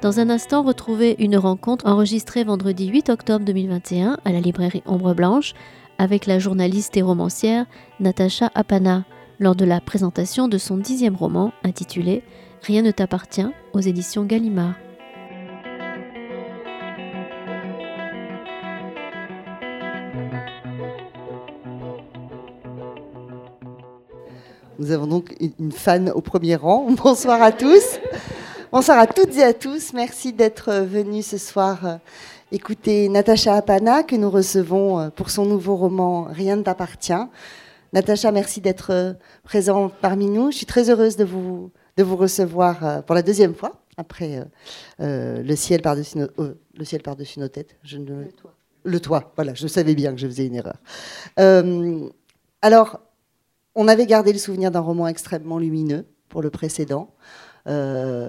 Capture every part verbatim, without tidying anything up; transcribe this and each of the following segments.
Dans un instant, retrouvez une rencontre enregistrée vendredi huit octobre deux mille vingt et un à la librairie Ombre Blanche avec la journaliste et romancière Natacha Apana lors de la présentation de son dixième roman intitulé « Rien ne t'appartient » aux éditions Gallimard. Nous avons donc une fan au premier rang. Bonsoir à tous. Bonsoir à toutes et à tous. Merci d'être venus ce soir écouter Natacha Apana que nous recevons pour son nouveau roman « Rien ne t'appartient ». Natacha, merci d'être présente parmi nous. Je suis très heureuse de vous, de vous recevoir pour la deuxième fois, après euh, le, ciel par-dessus nos, euh, le ciel par-dessus nos têtes. Je ne... Le toit. Le toit, voilà, je savais bien que je faisais une erreur. Euh, alors... On avait gardé le souvenir d'un roman extrêmement lumineux pour le précédent, euh,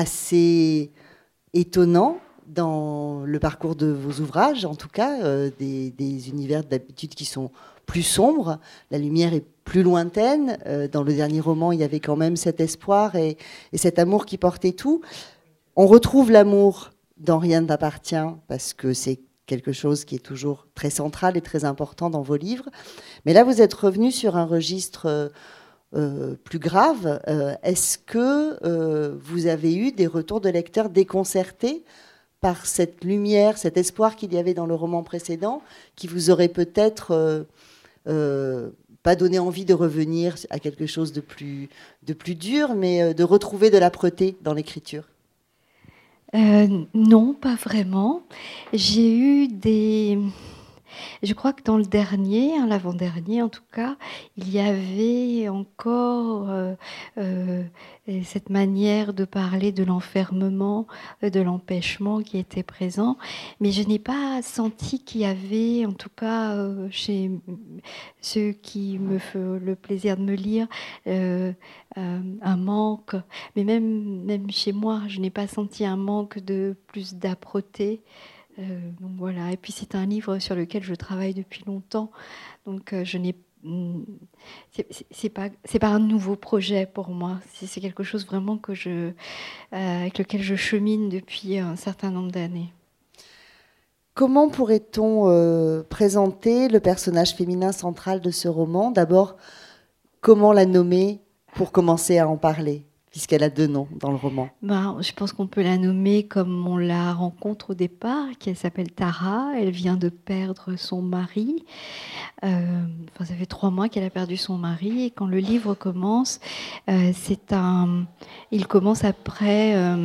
assez étonnant dans le parcours de vos ouvrages, en tout cas, euh, des, des univers d'habitude qui sont plus sombres. La lumière est plus lointaine. Euh, dans le dernier roman, il y avait quand même cet espoir et, et cet amour qui portait tout. On retrouve l'amour dans Rien ne t'appartient, parce que c'est quelque chose qui est toujours très central et très important dans vos livres. Mais là, vous êtes revenu sur un registre euh, plus grave. Euh, est-ce que euh, vous avez eu des retours de lecteurs déconcertés par cette lumière, cet espoir qu'il y avait dans le roman précédent, qui vous aurait peut-être euh, euh, pas donné envie de revenir à quelque chose de plus, de plus dur, mais de retrouver de l'âpreté dans l'écriture ? Euh, non, pas vraiment. J'ai eu des... Je crois que dans le dernier, hein, l'avant-dernier en tout cas, il y avait encore euh, euh, cette manière de parler de l'enfermement, de l'empêchement qui était présent. Mais je n'ai pas senti qu'il y avait, en tout cas euh, chez ceux qui me font le plaisir de me lire, euh, euh, un manque. Mais même, même chez moi, je n'ai pas senti un manque de plus d'âpreté. Euh, donc voilà. Et puis c'est un livre sur lequel je travaille depuis longtemps, donc euh, je n'ai, c'est, c'est, c'est pas, c'est pas un nouveau projet pour moi. C'est, c'est quelque chose vraiment que je, euh, avec lequel je chemine depuis un certain nombre d'années. Comment pourrait-on euh, présenter le personnage féminin central de ce roman ? D'abord, comment la nommer pour commencer à en parler ? Puisqu'elle a deux noms dans le roman. Ben, je pense qu'on peut la nommer comme on la rencontre au départ, qu'elle s'appelle Tara. Elle vient de perdre son mari. Euh, enfin, ça fait trois mois qu'elle a perdu son mari. Et quand le livre commence, euh, c'est un... il commence après... Euh,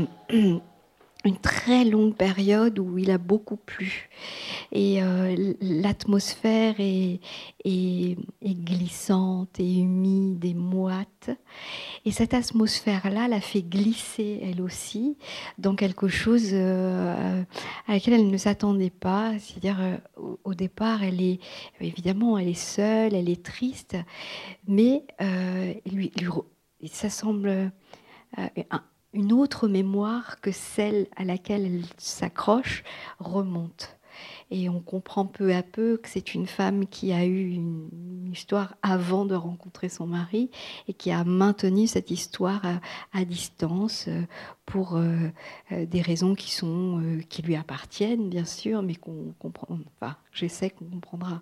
une très longue période où il a beaucoup plu. Et euh, l'atmosphère est, est, est glissante et humide et moite. Et cette atmosphère-là la fait glisser, elle aussi, dans quelque chose euh, à laquelle elle ne s'attendait pas. C'est-à-dire, euh, au, au départ, elle est, évidemment, elle est seule, elle est triste, mais euh, lui, lui, ça semble... Euh, un, une autre mémoire que celle à laquelle elle s'accroche remonte. Et on comprend peu à peu que c'est une femme qui a eu une histoire avant de rencontrer son mari et qui a maintenu cette histoire à, à distance pour euh, des raisons qui, sont, euh, qui lui appartiennent, bien sûr, mais qu'on comprend, enfin, j'essaie qu'on comprendra.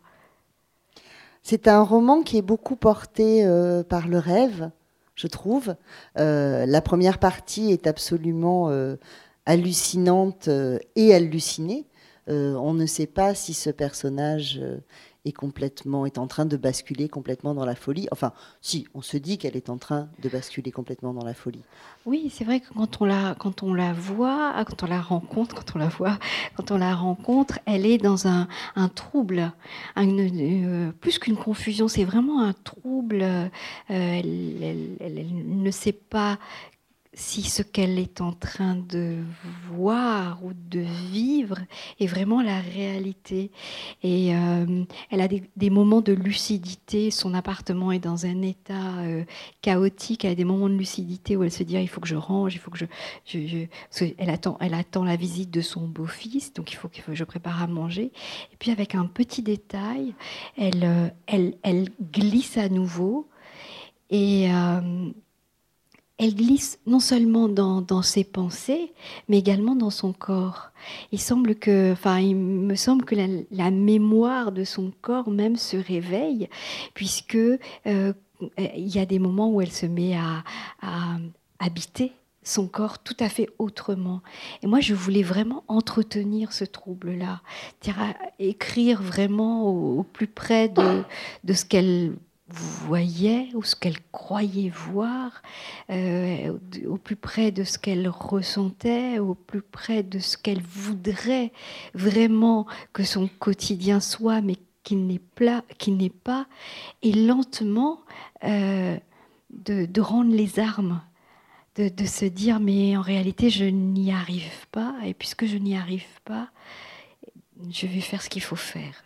C'est un roman qui est beaucoup porté euh, par le rêve, je trouve. Euh, la première partie est absolument euh, hallucinante euh, et hallucinée. Euh, on ne sait pas si ce personnage euh, est complètement, est en train de basculer complètement dans la folie. Enfin, si, on se dit qu'elle est en train de basculer complètement dans la folie. Oui, c'est vrai que quand on la, quand on la voit, quand on la rencontre, quand on la voit, quand on la rencontre, elle est dans un, un trouble, une, une, plus qu'une confusion, c'est vraiment un trouble. Euh, elle, elle, elle, elle ne sait pas si ce qu'elle est en train de voir ou de vivre est vraiment la réalité. Et euh, elle a des, des moments de lucidité. Son appartement est dans un état euh, chaotique. Elle a des moments de lucidité où elle se dit ah, il faut que je range, il faut que je... je, je... Parce qu'elle attend, elle attend la visite de son beau-fils, donc il faut que je prépare à manger. Et puis avec un petit détail, elle, elle, elle glisse à nouveau et... Euh, elle glisse non seulement dans, dans ses pensées, mais également dans son corps. Il semble que, enfin, il me semble que la, la mémoire de son corps même se réveille, puisque euh, il y a des moments où elle se met à, à habiter son corps tout à fait autrement. Et moi, je voulais vraiment entretenir ce trouble-là, c'est-à-dire écrire vraiment au, au plus près de, de ce qu'elle voyait ou ce qu'elle croyait voir, euh, au plus près de ce qu'elle ressentait, au plus près de ce qu'elle voudrait vraiment que son quotidien soit, mais qu'il n'est pas, qu'il n'est pas, et lentement euh, de, de rendre les armes, de, de se dire mais en réalité je n'y arrive pas, et puisque je n'y arrive pas, je vais faire ce qu'il faut faire.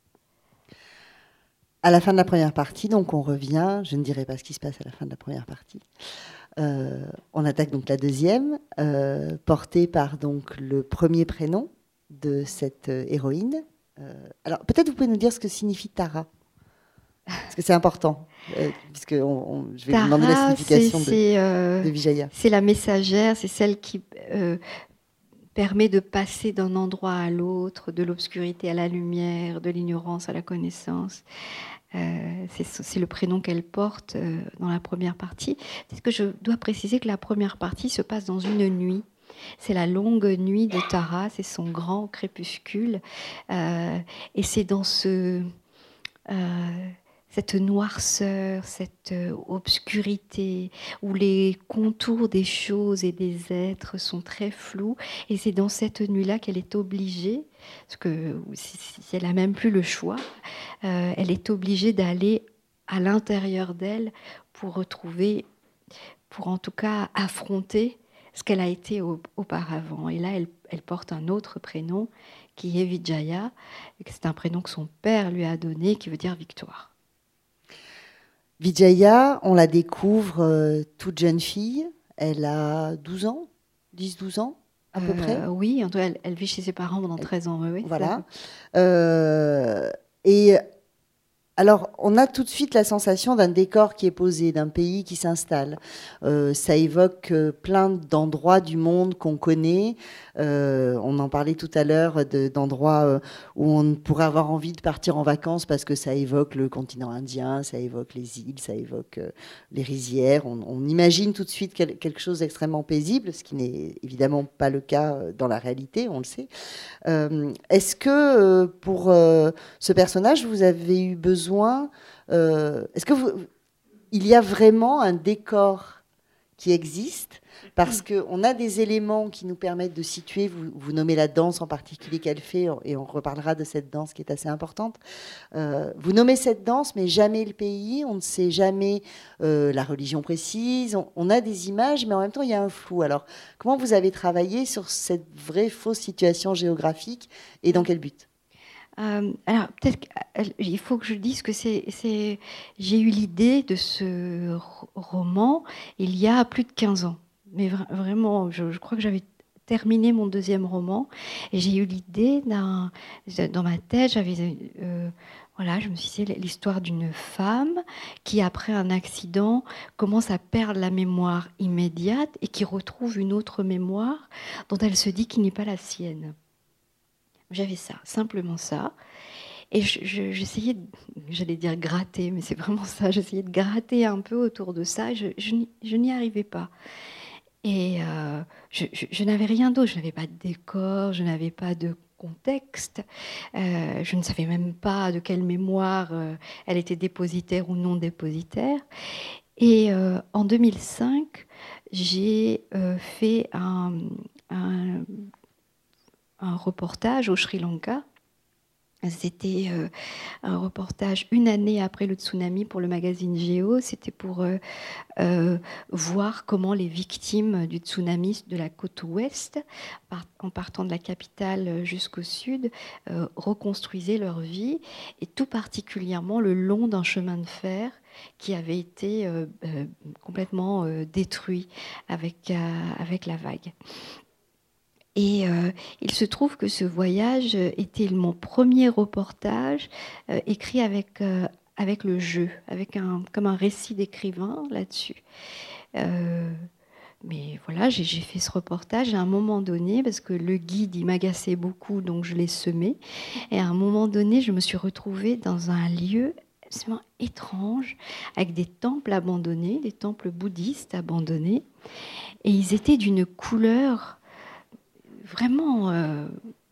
À la fin de la première partie, donc on revient, je ne dirai pas ce qui se passe à la fin de la première partie. Euh, on attaque donc la deuxième, euh, portée par donc le premier prénom de cette euh, héroïne. Euh, alors peut-être vous pouvez nous dire ce que signifie Tara, parce que c'est important, euh, puisque on, on, je vais Tara, vous demander la signification c'est, de, c'est, euh, de Vijaya. C'est la messagère, c'est celle qui euh, permet de passer d'un endroit à l'autre, de l'obscurité à la lumière, de l'ignorance à la connaissance. Euh, c'est, c'est le prénom qu'elle porte euh, dans la première partie. Peut-être que je dois préciser que la première partie se passe dans une nuit. C'est la longue nuit de Tara, c'est son grand crépuscule. Euh, et c'est dans ce, euh, cette noirceur, cette euh, obscurité, où les contours des choses et des êtres sont très flous. Et c'est dans cette nuit-là qu'elle est obligée, parce que si, si elle n'a même plus le choix, euh, elle est obligée d'aller à l'intérieur d'elle pour retrouver, pour en tout cas affronter ce qu'elle a été au, auparavant. Et là, elle, elle porte un autre prénom qui est Vijaya. C'est un prénom que son père lui a donné, qui veut dire victoire. Vijaya, on la découvre euh, toute jeune fille. Elle a douze ans, dix douze ans à peu euh, près. Oui, en tout cas, elle, elle vit chez ses parents pendant treize ans. Oui, oui, voilà. Euh, et alors, on a tout de suite la sensation d'un décor qui est posé, d'un pays qui s'installe. Euh, ça évoque euh, plein d'endroits du monde qu'on connaît. Euh, on en parlait tout à l'heure de, d'endroits euh, où on pourrait avoir envie de partir en vacances parce que ça évoque le continent indien, ça évoque les îles, ça évoque euh, les rizières. On, on imagine tout de suite quel, quelque chose d'extrêmement paisible, ce qui n'est évidemment pas le cas dans la réalité, on le sait. Euh, est-ce que euh, pour euh, ce personnage, vous avez eu besoin Euh, est-ce que vous, il y a vraiment un décor qui existe parce qu'on a des éléments qui nous permettent de situer, vous, vous nommez la danse en particulier qu'elle fait, et on reparlera de cette danse qui est assez importante. Euh, vous nommez cette danse, mais jamais le pays, on ne sait jamais euh, la religion précise, on, on a des images, mais en même temps il y a un flou. Alors comment vous avez travaillé sur cette vraie fausse situation géographique et dans quel but ? Euh, alors, peut-être qu'il faut que je dise que c'est, c'est, j'ai eu l'idée de ce roman il y a plus de quinze ans. Mais vra- vraiment, je, je crois que j'avais terminé mon deuxième roman et j'ai eu l'idée d'un... Dans ma tête, j'avais... Euh, voilà, je me suis dit l'histoire d'une femme qui, après un accident, commence à perdre la mémoire immédiate et qui retrouve une autre mémoire dont elle se dit qu'il n'est pas la sienne. J'avais ça, simplement ça. Et je, je, j'essayais, de, j'allais dire gratter, mais c'est vraiment ça, j'essayais de gratter un peu autour de ça, je, je, je n'y arrivais pas. Et euh, je, je, je n'avais rien d'autre, je n'avais pas de décor, je n'avais pas de contexte, euh, je ne savais même pas de quelle mémoire euh, elle était dépositaire ou non dépositaire. Et euh, en deux mille cinq, j'ai euh, fait un... un un reportage au Sri Lanka. C'était euh, un reportage une année après le tsunami pour le magazine Géo. C'était pour euh, euh, voir comment les victimes du tsunami de la côte ouest, par, en partant de la capitale jusqu'au sud, euh, reconstruisaient leur vie, et tout particulièrement le long d'un chemin de fer qui avait été euh, euh, complètement euh, détruit avec, euh, avec la vague. Et euh, il se trouve que ce voyage était mon premier reportage euh, écrit avec, euh, avec le jeu, avec un, comme un récit d'écrivain là-dessus. Euh, mais voilà, j'ai, j'ai fait ce reportage à un moment donné, parce que le guide, il m'agaçait beaucoup, donc je l'ai semé. Et à un moment donné, je me suis retrouvée dans un lieu absolument étrange, avec des temples abandonnés, des temples bouddhistes abandonnés. Et ils étaient d'une couleur vraiment... Euh,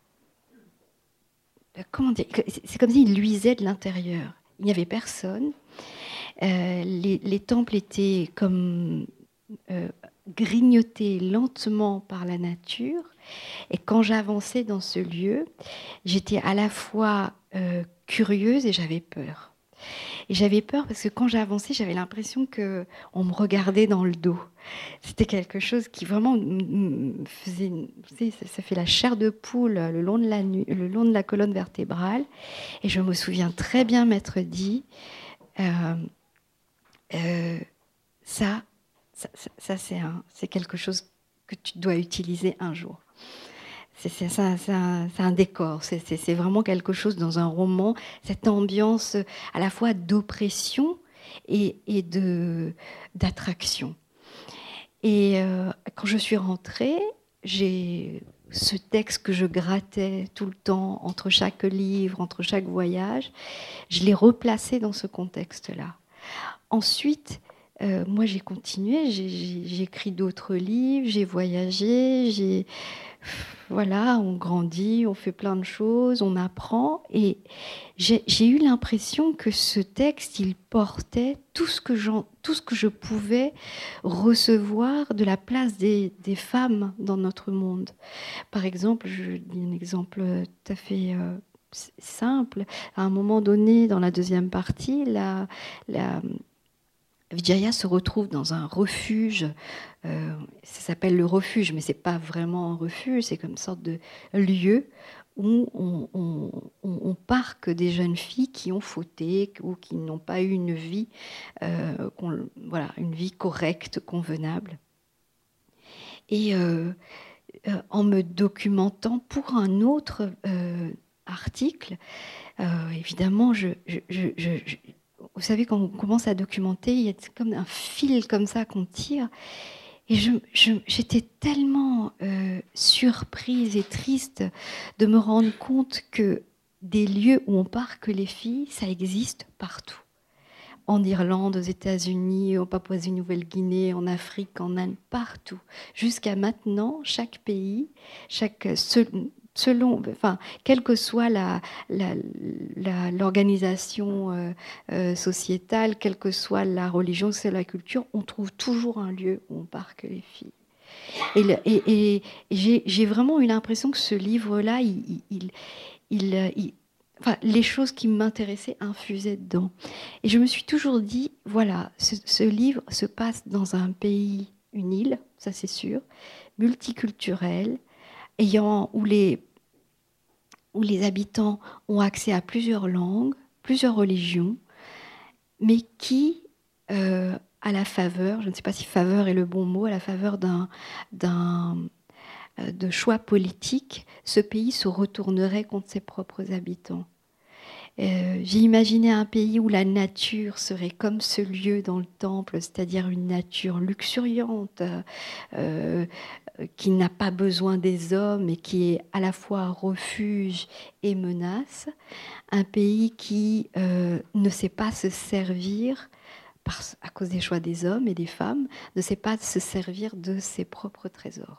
comment dire, c'est comme s'ils luisaient de l'intérieur. Il n'y avait personne. Euh, les, les temples étaient comme euh, grignotés lentement par la nature. Et quand j'avançais dans ce lieu, j'étais à la fois euh, curieuse et j'avais peur. Et j'avais peur parce que quand j'avançais, j'avais l'impression qu'on me regardait dans le dos. C'était quelque chose qui vraiment me faisait... Vous savez, ça fait la chair de poule le long de la, nu- le long de la colonne vertébrale. Et je me souviens très bien m'être dit, euh, euh, ça, ça, ça, ça c'est, un, c'est quelque chose que tu dois utiliser un jour. C'est, c'est, c'est, un, c'est, un, c'est un décor, c'est, c'est, c'est vraiment quelque chose dans un roman, cette ambiance à la fois d'oppression et, et de, d'attraction. Et euh, quand je suis rentrée, j'ai ce texte que je grattais tout le temps entre chaque livre, entre chaque voyage, je l'ai replacé dans ce contexte-là. Ensuite, euh, moi j'ai continué, j'ai, j'ai, j'ai écrit d'autres livres, j'ai voyagé, j'ai... Voilà, on grandit, on fait plein de choses, on apprend. Et j'ai, j'ai eu l'impression que ce texte, il portait tout ce que, j'en, tout ce que je pouvais recevoir de la place des, des femmes dans notre monde. Par exemple, je dis un exemple tout à fait euh, simple. À un moment donné, dans la deuxième partie, la... la Vijaya se retrouve dans un refuge, euh, ça s'appelle le refuge, mais ce n'est pas vraiment un refuge, c'est comme une sorte de lieu où on, on, on parque des jeunes filles qui ont fauté ou qui n'ont pas eu une vie, euh, voilà, une vie correcte, convenable. Et euh, euh, en me documentant pour un autre euh, article, euh, évidemment, je... je, je, je, je vous savez, quand on commence à documenter, il y a comme un fil comme ça qu'on tire. Et je, je, j'étais tellement euh, surprise et triste de me rendre compte que des lieux où on parque les filles, ça existe partout. En Irlande, aux États-Unis, en Papouasie-Nouvelle-Guinée, en Afrique, en Inde, partout. Jusqu'à maintenant, chaque pays, chaque... Selon, enfin, quelle que soit la, la, la, l'organisation euh, euh, sociétale, quelle que soit la religion, c'est la culture, on trouve toujours un lieu où on parque les filles. Et, le, et, et, et j'ai, j'ai vraiment eu l'impression que ce livre-là, il, il, il, il, enfin, les choses qui m'intéressaient infusaient dedans. Et je me suis toujours dit, voilà, ce, ce livre se passe dans un pays, une île, ça c'est sûr, multiculturel, ayant, où, les, où les habitants ont accès à plusieurs langues, plusieurs religions, mais qui, euh, à la faveur, je ne sais pas si faveur est le bon mot, à la faveur d'un, d'un, euh, de choix politiques, ce pays se retournerait contre ses propres habitants. Euh, j'ai imaginé un pays où la nature serait comme ce lieu dans le temple, c'est-à-dire une nature luxuriante, euh, qui n'a pas besoin des hommes et qui est à la fois refuge et menace. Un pays qui euh, ne sait pas se servir, par, à cause des choix des hommes et des femmes, ne sait pas se servir de ses propres trésors.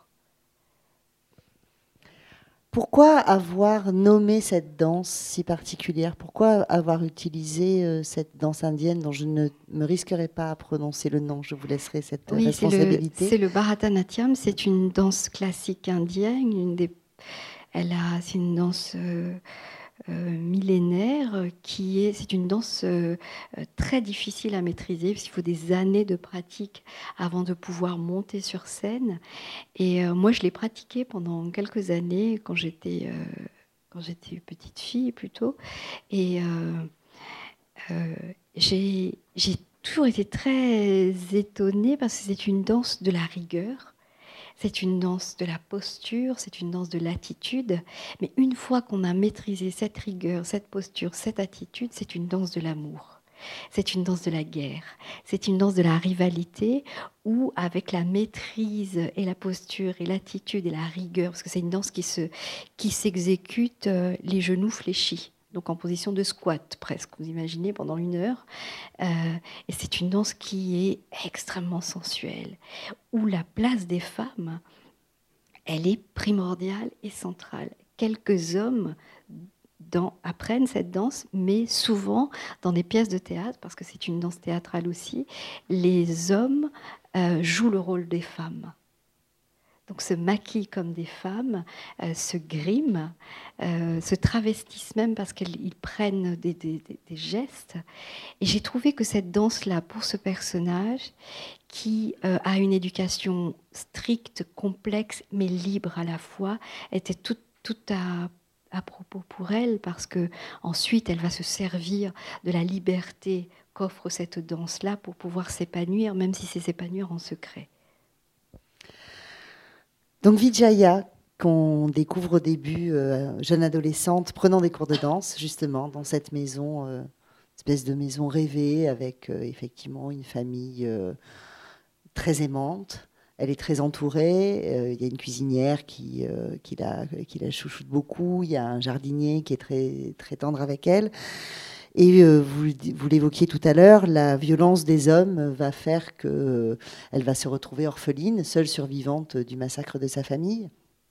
Pourquoi avoir nommé cette danse si particulière ? Pourquoi avoir utilisé euh, cette danse indienne dont je ne me risquerai pas à prononcer le nom ? Je vous laisserai cette oui, responsabilité. C'est le, c'est le Bharatanatyam, c'est une danse classique indienne. Une des, elle a, c'est une danse euh, euh, millénaire qui est, c'est une danse euh, très difficile à maîtriser parce qu'il faut des années de pratique avant de pouvoir monter sur scène. Et euh, moi, je l'ai pratiquée pendant quelques années quand j'étais, euh, quand j'étais petite fille plutôt. Et euh, euh, j'ai, j'ai toujours été très étonnée parce que c'est une danse de la rigueur. C'est une danse de la posture, c'est une danse de l'attitude. Mais une fois qu'on a maîtrisé cette rigueur, cette posture, cette attitude, c'est une danse de l'amour. C'est une danse de la guerre, c'est une danse de la rivalité où, avec la maîtrise et la posture et l'attitude et la rigueur, parce que c'est une danse qui, se, qui s'exécute euh, les genoux fléchis, donc en position de squat presque, vous imaginez, pendant une heure. Euh, et c'est une danse qui est extrêmement sensuelle, où la place des femmes, elle est primordiale et centrale. Quelques hommes dans, apprennent cette danse, mais souvent dans des pièces de théâtre, parce que c'est une danse théâtrale aussi, les hommes euh, jouent le rôle des femmes. Donc se maquillent comme des femmes, euh, se griment, euh, se travestissent même parce qu'ils prennent des, des, des gestes. Et j'ai trouvé que cette danse-là, pour ce personnage, qui euh, a une éducation stricte, complexe, mais libre à la fois, était tout, tout à, à propos pour elle, parce que ensuite elle va se servir de la liberté qu'offre cette danse-là pour pouvoir s'épanouir, même si c'est s'épanouir en secret. Donc Vijaya, qu'on découvre au début, euh, jeune adolescente, prenant des cours de danse, justement, dans cette maison, euh, espèce de maison rêvée, avec euh, effectivement une famille euh, très aimante. Elle est très entourée. Euh, il y a une cuisinière qui, euh, qui, la, qui la chouchoute beaucoup. Il y a un jardinier qui est très, très tendre avec elle. Et euh, vous, vous l'évoquiez tout à l'heure, la violence des hommes va faire qu'elle euh, va se retrouver orpheline, seule survivante du massacre de sa famille,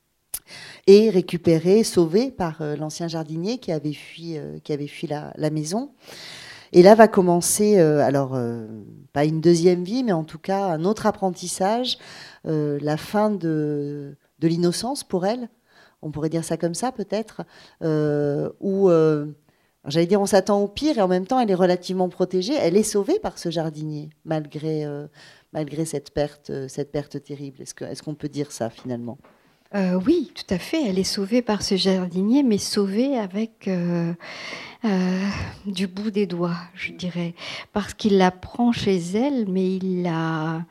et récupérée, sauvée par euh, l'ancien jardinier qui avait fui, euh, qui avait fui la, la maison. Et là va commencer, euh, alors euh, pas une deuxième vie, mais en tout cas un autre apprentissage, euh, la fin de, de l'innocence pour elle, on pourrait dire ça comme ça peut-être, euh, où... Euh, j'allais dire, on s'attend au pire et en même temps, elle est relativement protégée. Elle est sauvée par ce jardinier, malgré, euh, malgré cette perte, cette perte terrible. Est-ce que, est-ce qu'on peut dire ça, finalement ? euh, Oui, tout à fait. Elle est sauvée par ce jardinier, mais sauvée avec euh, euh, du bout des doigts, je dirais. Parce qu'il la prend chez elle, mais il la,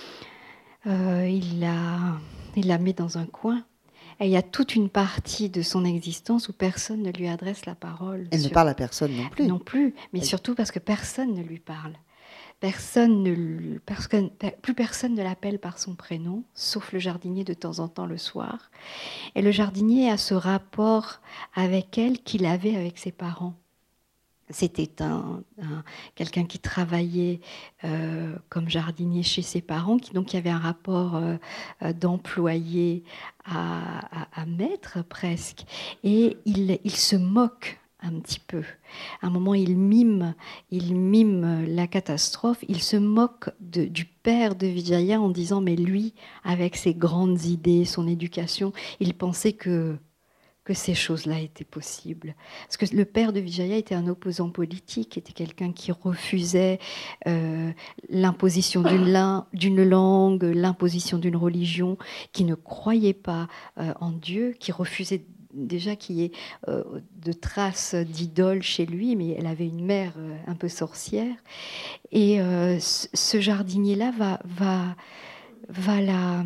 euh, il la, il la met dans un coin. Et il y a toute une partie de son existence où personne ne lui adresse la parole. Elle sur... ne parle à personne non plus. Non plus, mais Elle... surtout parce que personne ne lui parle. Personne ne, personne, plus personne ne l'appelle par son prénom, sauf le jardinier de temps en temps le soir. Et le jardinier a ce rapport avec elle qu'il avait avec ses parents. C'était un, un, quelqu'un qui travaillait euh, comme jardinier chez ses parents, qui donc il y avait un rapport euh, d'employé à, à, à maître presque. Et il, il se moque un petit peu. À un moment, il mime, il mime la catastrophe. Il se moque de, du père de Vijaya en disant « mais lui, avec ses grandes idées, son éducation, il pensait que... » que ces choses-là étaient possibles. Parce que le père de Vijaya était un opposant politique, était quelqu'un qui refusait euh, l'imposition d'une, d'une langue, l'imposition d'une religion, qui ne croyait pas euh, en Dieu, qui refusait déjà qu'il y ait euh, de traces d'idoles chez lui, mais elle avait une mère euh, un peu sorcière. Et euh, ce jardinier-là va, va, va, la,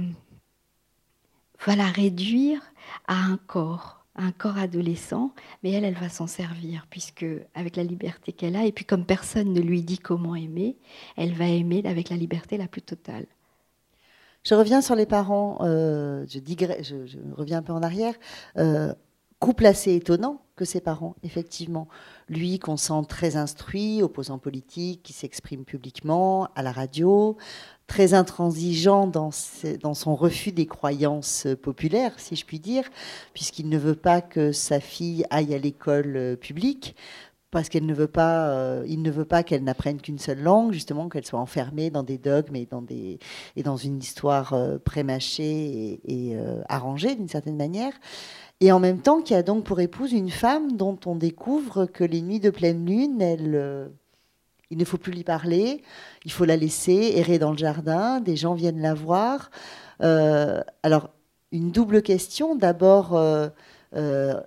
va la réduire à un corps. un corps adolescent, mais elle, elle va s'en servir, puisque avec la liberté qu'elle a, et puis comme personne ne lui dit comment aimer, elle va aimer avec la liberté la plus totale. Je reviens sur les parents, euh, je, digresse, je, je reviens un peu en arrière. Euh, couple assez étonnant que ses parents, effectivement. Lui, qu'on sent très instruit, opposant politique, qui s'exprime publiquement, à la radio, très intransigeant dans, ses, dans son refus des croyances populaires, si je puis dire, puisqu'il ne veut pas que sa fille aille à l'école publique, parce qu'il ne veut pas, euh, il ne veut pas qu'elle n'apprenne qu'une seule langue, justement, qu'elle soit enfermée dans des dogmes et dans, des, et dans une histoire euh, prémâchée et, et euh, arrangée, d'une certaine manière. Et en même temps, qui a donc pour épouse une femme dont on découvre que les nuits de pleine lune, elle, euh, il ne faut plus lui parler, il faut la laisser errer dans le jardin, des gens viennent la voir. Euh, alors, une double question. D'abord, euh, euh,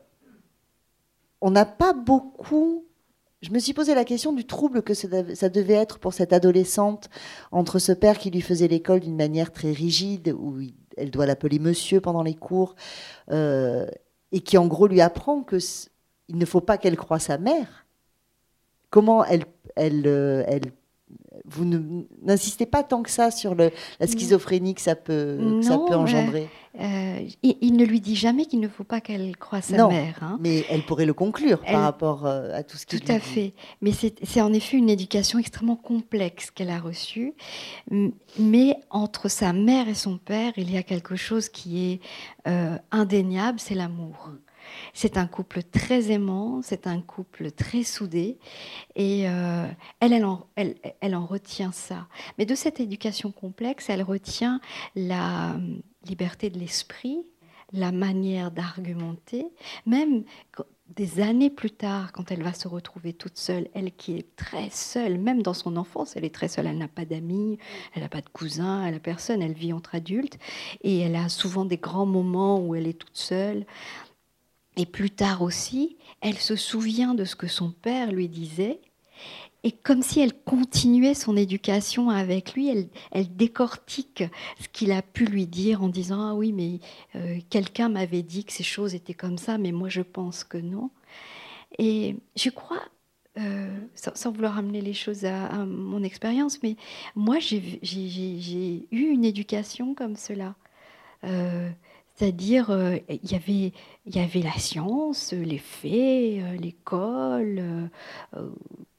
on n'a pas beaucoup... Je me suis posé la question du trouble que ça devait être pour cette adolescente entre ce père qui lui faisait l'école d'une manière très rigide, où elle doit l'appeler monsieur pendant les cours, euh, et qui en gros lui apprend qu'il ne faut pas qu'elle croie sa mère. Comment elle, elle, euh, elle, vous ne, n'insistez pas tant que ça sur le, la schizophrénie que ça peut, que ça peut engendrer. Euh, il, il ne lui dit jamais qu'il ne faut pas qu'elle croie sa non, mère. Hein. Mais elle pourrait le conclure elle, par rapport euh, à tout ce qu'il Tout à dit. fait. Mais c'est, c'est en effet une éducation extrêmement complexe qu'elle a reçue. Mais entre sa mère et son père, il y a quelque chose qui est euh, indéniable, c'est l'amour. C'est un couple très aimant, c'est un couple très soudé, et euh, elle, elle, en, elle, elle en retient ça. Mais de cette éducation complexe, elle retient la liberté de l'esprit, la manière d'argumenter, même des années plus tard, quand elle va se retrouver toute seule, elle qui est très seule, même dans son enfance, elle est très seule, elle n'a pas d'amis, elle n'a pas de cousins, elle n'a personne, elle vit entre adultes, et elle a souvent des grands moments où elle est toute seule. Et plus tard aussi, elle se souvient de ce que son père lui disait, et comme si elle continuait son éducation avec lui, elle, elle décortique ce qu'il a pu lui dire en disant « Ah oui, mais euh, quelqu'un m'avait dit que ces choses étaient comme ça, mais moi je pense que non. » Et je crois, euh, sans, sans vouloir amener les choses à, à mon expérience, mais moi j'ai, j'ai, j'ai, j'ai eu une éducation comme cela. Euh, C'est-à-dire, euh, y avait, il y avait la science, les faits, euh, l'école, euh, euh,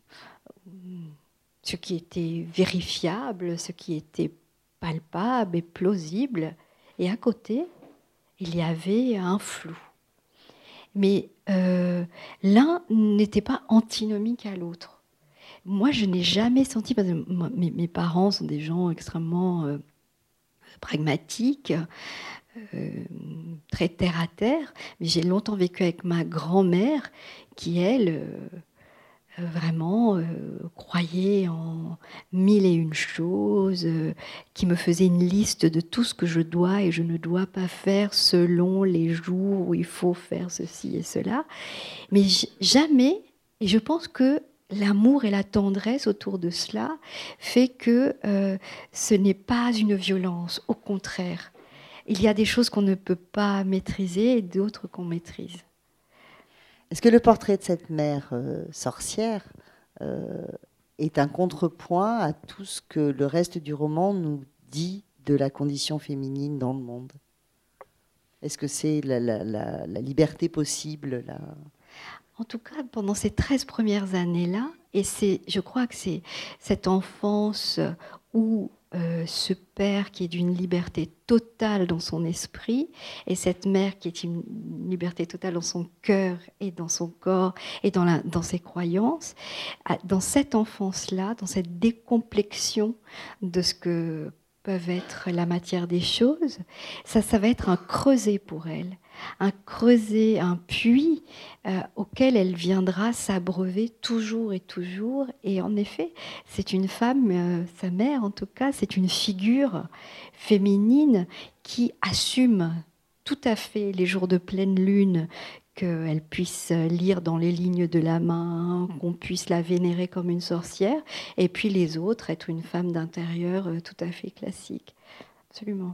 ce qui était vérifiable, ce qui était palpable et plausible. Et à côté, il y avait un flou. Mais euh, l'un n'était pas antinomique à l'autre. Moi, je n'ai jamais senti, parce que moi, mes, mes parents sont des gens extrêmement euh, pragmatiques, Euh, très terre à terre, mais j'ai longtemps vécu avec ma grand-mère qui, elle, euh, vraiment euh, croyait en mille et une choses, euh, qui me faisait une liste de tout ce que je dois et je ne dois pas faire selon les jours où il faut faire ceci et cela. Mais j- jamais, et je pense que l'amour et la tendresse autour de cela fait que euh, ce n'est pas une violence, au contraire. Il y a des choses qu'on ne peut pas maîtriser et d'autres qu'on maîtrise. Est-ce que le portrait de cette mère euh, sorcière euh, est un contrepoint à tout ce que le reste du roman nous dit de la condition féminine dans le monde? Est-ce que c'est la, la, la, la liberté possible la... En tout cas, pendant ces treize premières années-là, et c'est, je crois que c'est cette enfance où euh, ce père qui est d'une liberté totale dans son esprit et cette mère qui est une liberté totale dans son cœur et dans son corps et dans, la, dans ses croyances, dans cette enfance-là, dans cette décomplexion de ce que peuvent être la matière des choses, ça, ça va être un creuset pour elle, un creuset, un puits euh, auquel elle viendra s'abreuver toujours et toujours. Et en effet, c'est une femme, euh, sa mère en tout cas, c'est une figure féminine qui assume tout à fait les jours de pleine lune, qu'elle puisse lire dans les lignes de la main, qu'on puisse la vénérer comme une sorcière, et puis les autres, être une femme d'intérieur euh, tout à fait classique. Absolument.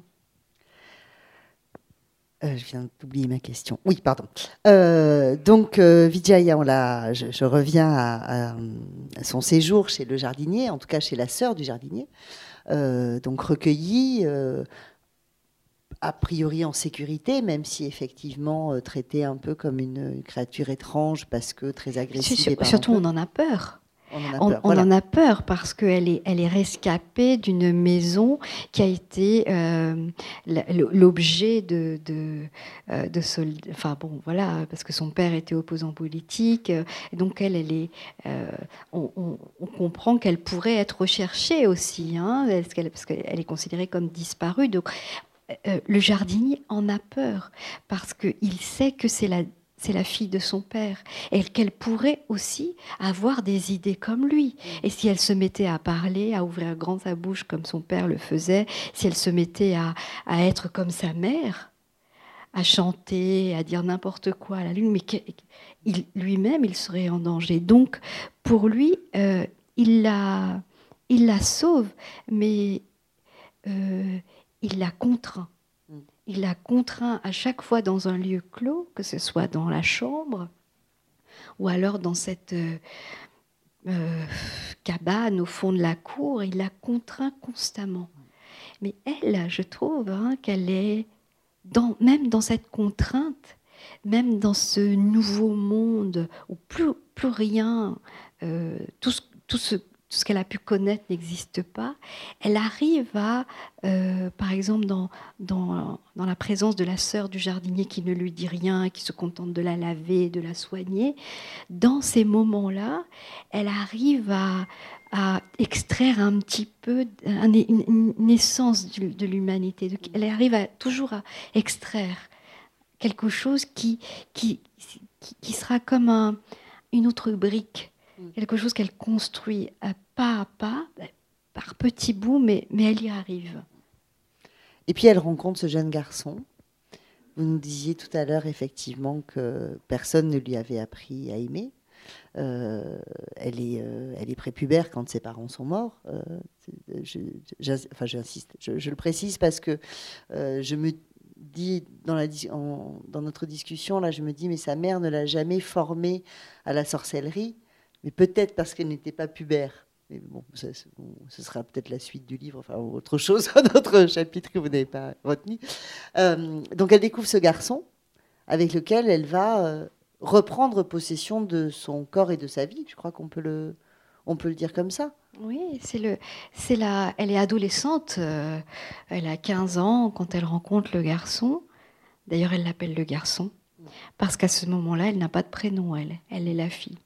Euh, je viens d'oublier ma question. Oui, pardon. Euh, donc, euh, Vijaya, on l'a, je, je reviens à, à, à son séjour chez le jardinier, en tout cas chez la sœur du jardinier, euh, donc recueillie, euh, a priori en sécurité, même si effectivement euh, traitée un peu comme une, une créature étrange parce que très agressive. Sur, et surtout, on en a peur. On en a on, peur, on voilà. en a peur parce qu'elle est, elle est rescapée d'une maison qui a été euh, l'objet de, de, de soldats. Enfin bon, voilà, parce que son père était opposant politique. Et donc elle, elle est. Euh, on, on, on comprend qu'elle pourrait être recherchée aussi, hein, parce qu'elle, parce qu'elle est considérée comme disparue. Donc euh, le jardinier en a peur parce qu'il sait que c'est la c'est la fille de son père, et qu'elle pourrait aussi avoir des idées comme lui. Et si elle se mettait à parler, à ouvrir grand sa bouche comme son père le faisait, si elle se mettait à, à être comme sa mère, à chanter, à dire n'importe quoi à la lune, mais il, lui-même, il serait en danger. Donc, pour lui, euh, il, la, il la sauve, mais euh, il la contraint. Il la contraint à chaque fois dans un lieu clos, que ce soit dans la chambre ou alors dans cette, euh, cabane au fond de la cour, il la contraint constamment. Mais elle, je trouve hein, qu'elle est, dans, même dans cette contrainte, même dans ce nouveau monde où plus, plus rien, euh, tout ce, tout ce tout ce qu'elle a pu connaître n'existe pas, elle arrive à, euh, par exemple, dans, dans, dans la présence de la sœur du jardinier qui ne lui dit rien, qui se contente de la laver, de la soigner, dans ces moments-là, elle arrive à, à extraire un petit peu une, une, une essence de, de l'humanité. Elle arrive à, toujours à extraire quelque chose qui, qui, qui, qui sera comme un, une autre brique, quelque chose qu'elle construit à pas à pas, par petits bouts, mais, mais elle y arrive. Et puis elle rencontre ce jeune garçon. Vous nous disiez tout à l'heure effectivement que personne ne lui avait appris à aimer. Euh, elle est, euh, elle est prépubère quand ses parents sont morts. Euh, je, je, enfin, j'insiste, je, je le précise parce que euh, je me dis dans, la, en, dans notre discussion là, je me dis mais sa mère ne l'a jamais formée à la sorcellerie. Mais peut-être parce qu'elle n'était pas pubère. Mais bon, ça, bon, ce sera peut-être la suite du livre, enfin autre chose, un autre chapitre que vous n'avez pas retenu. Euh, donc elle découvre ce garçon avec lequel elle va euh, reprendre possession de son corps et de sa vie. Je crois qu'on peut le, on peut le dire comme ça. Oui, c'est le, c'est la, elle est adolescente. Euh, elle a quinze ans quand elle rencontre le garçon. D'ailleurs, elle l'appelle le garçon parce qu'à ce moment-là, elle n'a pas de prénom. Elle, elle est la fille.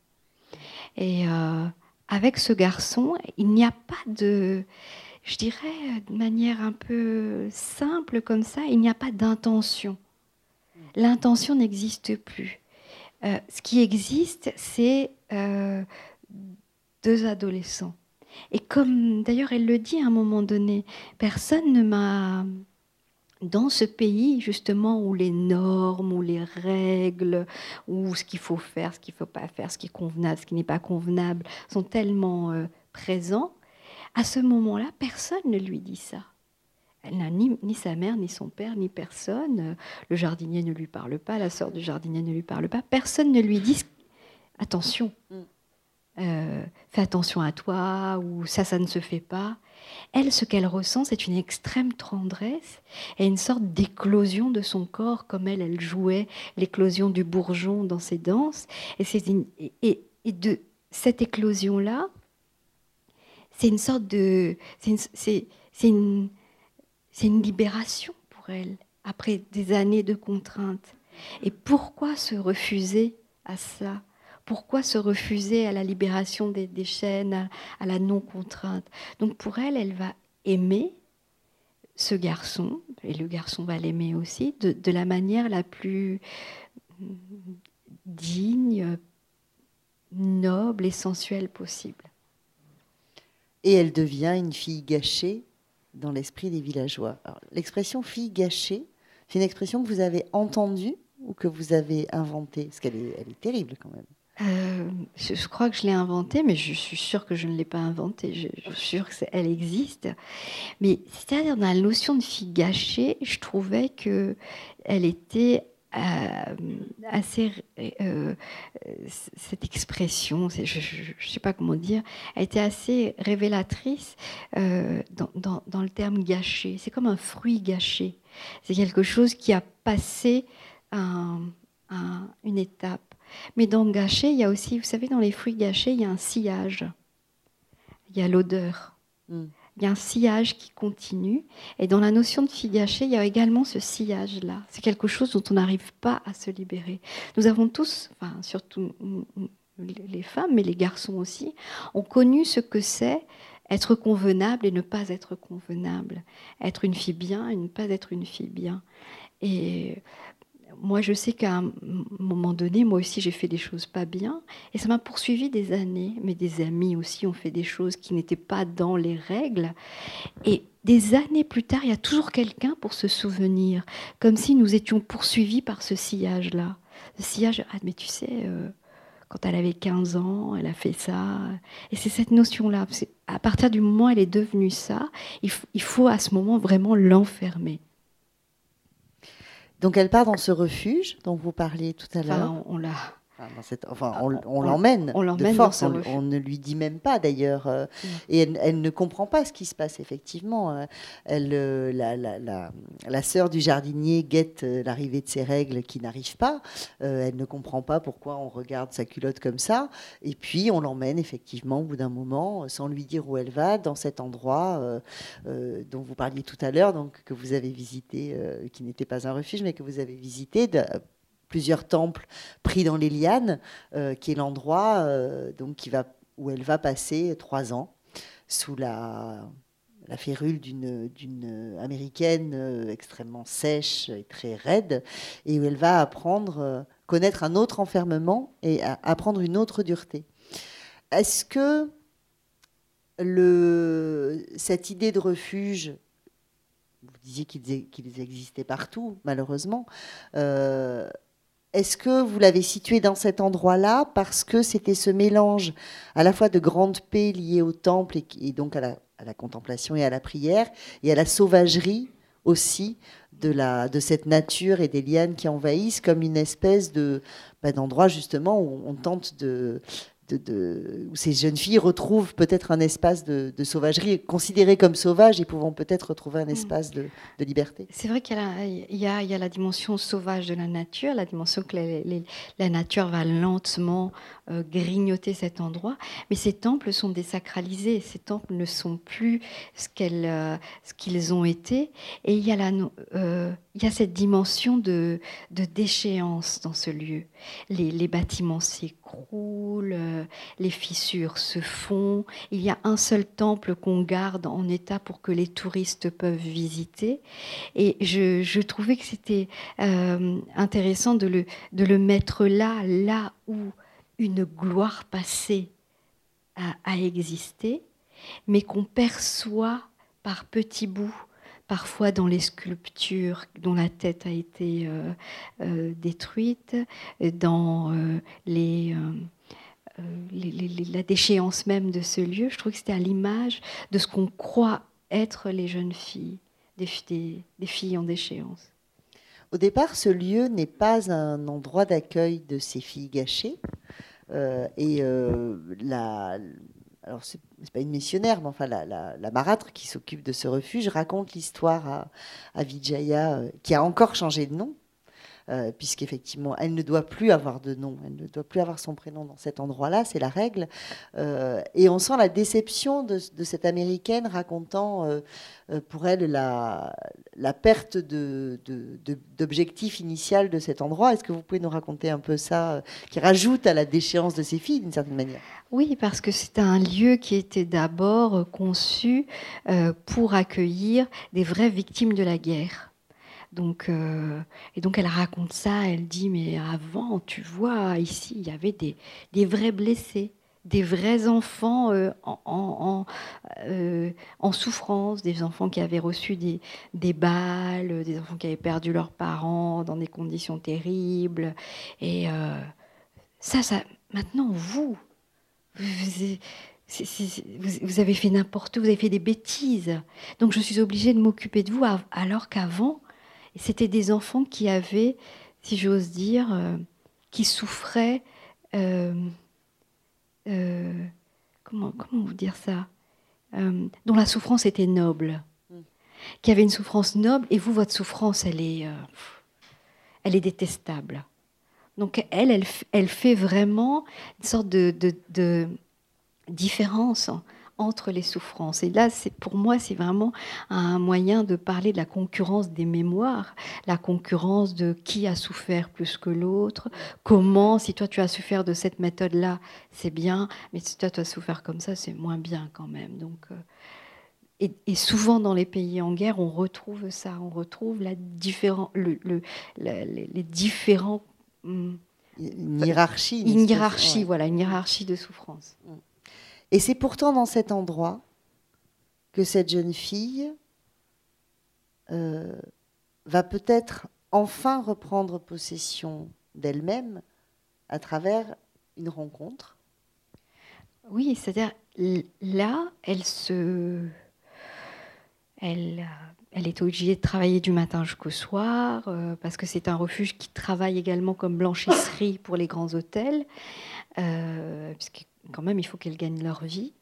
Et euh, avec ce garçon, il n'y a pas de, je dirais de manière un peu simple comme ça, il n'y a pas d'intention. L'intention n'existe plus. Euh, ce qui existe, c'est euh, deux adolescents. Et comme d'ailleurs elle le dit à un moment donné, personne ne m'a... Dans ce pays, justement, où les normes, où les règles, où ce qu'il faut faire, ce qu'il ne faut pas faire, ce qui est convenable, ce qui n'est pas convenable, sont tellement euh, présents, à ce moment-là, personne ne lui dit ça. Elle n'a ni, ni sa mère, ni son père, ni personne. Le jardinier ne lui parle pas, la sœur du jardinier ne lui parle pas. Personne ne lui dit « Attention, euh, fais attention à toi » ou « ça, ça ne se fait pas ». Elle, ce qu'elle ressent, c'est une extrême tendresse et une sorte d'éclosion de son corps, comme elle, elle jouait l'éclosion du bourgeon dans ses danses. Et, c'est une, et, et de cette éclosion-là, c'est une sorte de... C'est une, c'est, c'est une, c'est une libération pour elle, après des années de contraintes. Et pourquoi se refuser à ça ? Pourquoi se refuser à la libération des, des chaînes, à, à la non-contrainte ? Donc pour elle, elle va aimer ce garçon, et le garçon va l'aimer aussi, de, de la manière la plus digne, noble et sensuelle possible. Et elle devient une fille gâchée dans l'esprit des villageois. Alors, l'expression « fille gâchée », c'est une expression que vous avez entendue ou que vous avez inventée ? Parce qu'elle est, elle est terrible quand même. Euh, je, je crois que je l'ai inventée, mais je suis sûre que je ne l'ai pas inventée. Je, je suis sûre qu'elle existe. Mais c'est-à-dire, dans la notion de fille gâchée, je trouvais qu'elle était euh, assez... Euh, cette expression, je ne sais pas comment dire, elle était assez révélatrice euh, dans, dans, dans le terme gâché. C'est comme un fruit gâché. C'est quelque chose qui a passé un, un, une étape. Mais dans gâché, il y a aussi, vous savez, dans les fruits gâchés, il y a un sillage. Il y a l'odeur. Mm. Il y a un sillage qui continue. Et dans la notion de fille gâchée, il y a également ce sillage-là. C'est quelque chose dont on n'arrive pas à se libérer. Nous avons tous, enfin, surtout les femmes, mais les garçons aussi, ont connu ce que c'est être convenable et ne pas être convenable. Être une fille bien et ne pas être une fille bien. Et... moi, je sais qu'à un moment donné, moi aussi, j'ai fait des choses pas bien. Et ça m'a poursuivi des années. Mais des amis aussi ont fait des choses qui n'étaient pas dans les règles. Et des années plus tard, il y a toujours quelqu'un pour se souvenir. Comme si nous étions poursuivis par ce sillage-là. Ce sillage, ah, mais tu sais, euh, quand elle avait quinze ans, elle a fait ça. Et c'est cette notion-là. C'est, à partir du moment où elle est devenue ça, il, f- il faut à ce moment vraiment l'enfermer. Donc elle part dans ce refuge dont vous parliez tout à l'heure. Enfin, on, on l'a, Dans cette, enfin, on, on, on l'emmène on de force, on, on ne lui dit même pas d'ailleurs, euh, mmh. et elle, elle ne comprend pas ce qui se passe effectivement. Elle, euh, la, la, la, la sœur du jardinier guette l'arrivée de ses règles qui n'arrivent pas. Euh, elle ne comprend pas pourquoi on regarde sa culotte comme ça. Et puis on l'emmène effectivement au bout d'un moment, sans lui dire où elle va, dans cet endroit euh, euh, dont vous parliez tout à l'heure, donc que vous avez visité, euh, qui n'était pas un refuge, mais que vous avez visité. De, plusieurs temples pris dans les lianes, euh, qui est l'endroit euh, donc, qui va, où elle va passer trois ans sous la, la férule d'une, d'une américaine euh, extrêmement sèche et très raide, et où elle va apprendre, euh, connaître un autre enfermement et à, apprendre une autre dureté. Est-ce que le, cette idée de refuge, vous disiez qu'ils, qu'ils existaient partout, malheureusement, euh, est-ce que vous l'avez situé dans cet endroit-là parce que c'était ce mélange à la fois de grande paix liée au temple et, et donc à la, à la contemplation et à la prière, et à la sauvagerie aussi de, la, de cette nature et des lianes qui envahissent, comme une espèce de, bah, d'endroit justement où on tente de... De, de, où ces jeunes filles retrouvent peut-être un espace de, de sauvagerie, considérées comme sauvages et pouvant peut-être retrouver un espace de, de liberté. C'est vrai qu'il y a, il y a, il y a la dimension sauvage de la nature, la dimension que les, les, la nature va lentement euh, grignoter cet endroit, mais ces temples sont désacralisés, ces temples ne sont plus ce, qu'elles, euh, ce qu'ils ont été, et il y a, la, euh, il y a cette dimension de, de déchéance dans ce lieu. Les, les bâtiments s'écroulent, euh, les fissures se font. Il y a un seul temple qu'on garde en état pour que les touristes peuvent visiter. Et je, je trouvais que c'était euh, intéressant de le, de le mettre là, là où une gloire passée a, a existé, mais qu'on perçoit par petits bouts, parfois dans les sculptures dont la tête a été euh, euh, détruite, dans euh, les, euh, les, les, les, la déchéance même de ce lieu. Je trouve que c'était à l'image de ce qu'on croit être les jeunes filles, des, des, des filles en déchéance. Au départ, ce lieu n'est pas un endroit d'accueil de ces filles gâchées. Euh, et euh, la... Alors, c'est, c'est pas une missionnaire, mais enfin, la, la, la marâtre qui s'occupe de ce refuge raconte l'histoire à, à Vijaya, euh, qui a encore changé de nom, euh, puisqu'effectivement, elle ne doit plus avoir de nom, elle ne doit plus avoir son prénom dans cet endroit-là, c'est la règle. Euh, et on sent la déception de, de cette Américaine racontant euh, euh, pour elle la, la perte de, de, de, d'objectif initial de cet endroit. Est-ce que vous pouvez nous raconter un peu ça, euh, qui rajoute à la déchéance de ces filles, d'une certaine manière ? Oui, parce que c'est un lieu qui était d'abord conçu euh, pour accueillir des vraies victimes de la guerre. Donc, euh, et donc elle raconte ça, elle dit, mais avant, tu vois, ici, il y avait des, des vrais blessés, des vrais enfants euh, en, en, euh, en souffrance, des enfants qui avaient reçu des, des balles, des enfants qui avaient perdu leurs parents dans des conditions terribles. Et euh, ça, ça, maintenant, vous... Vous, c'est, c'est, vous avez fait n'importe où, vous avez fait des bêtises. Donc je suis obligée de m'occuper de vous, alors qu'avant, c'était des enfants qui avaient, si j'ose dire, euh, qui souffraient... Euh, euh, comment, comment vous dire ça euh, dont la souffrance était noble. Mm. Qui avaient une souffrance noble, et vous, votre souffrance, elle est, euh, elle est détestable. Donc elle, elle, elle fait vraiment une sorte de, de, de différence entre les souffrances. Et là, c'est, pour moi, c'est vraiment un moyen de parler de la concurrence des mémoires, la concurrence de qui a souffert plus que l'autre, comment, si toi tu as souffert de cette méthode-là, c'est bien, mais si toi tu as souffert comme ça, c'est moins bien quand même. Donc, euh, et, et souvent dans les pays en guerre, on retrouve ça, on retrouve la différen, le, le, la, les, les différents... Une hiérarchie. Une, une hiérarchie, ouais. Voilà, une hiérarchie de souffrance. Et c'est pourtant dans cet endroit que cette jeune fille euh, va peut-être enfin reprendre possession d'elle-même à travers une rencontre. Oui, c'est-à-dire là, elle se... elle, elle est obligée de travailler du matin jusqu'au soir, euh, parce que c'est un refuge qui travaille également comme blanchisserie pour les grands hôtels, euh, puisque quand même il faut qu'elles gagnent leur vie.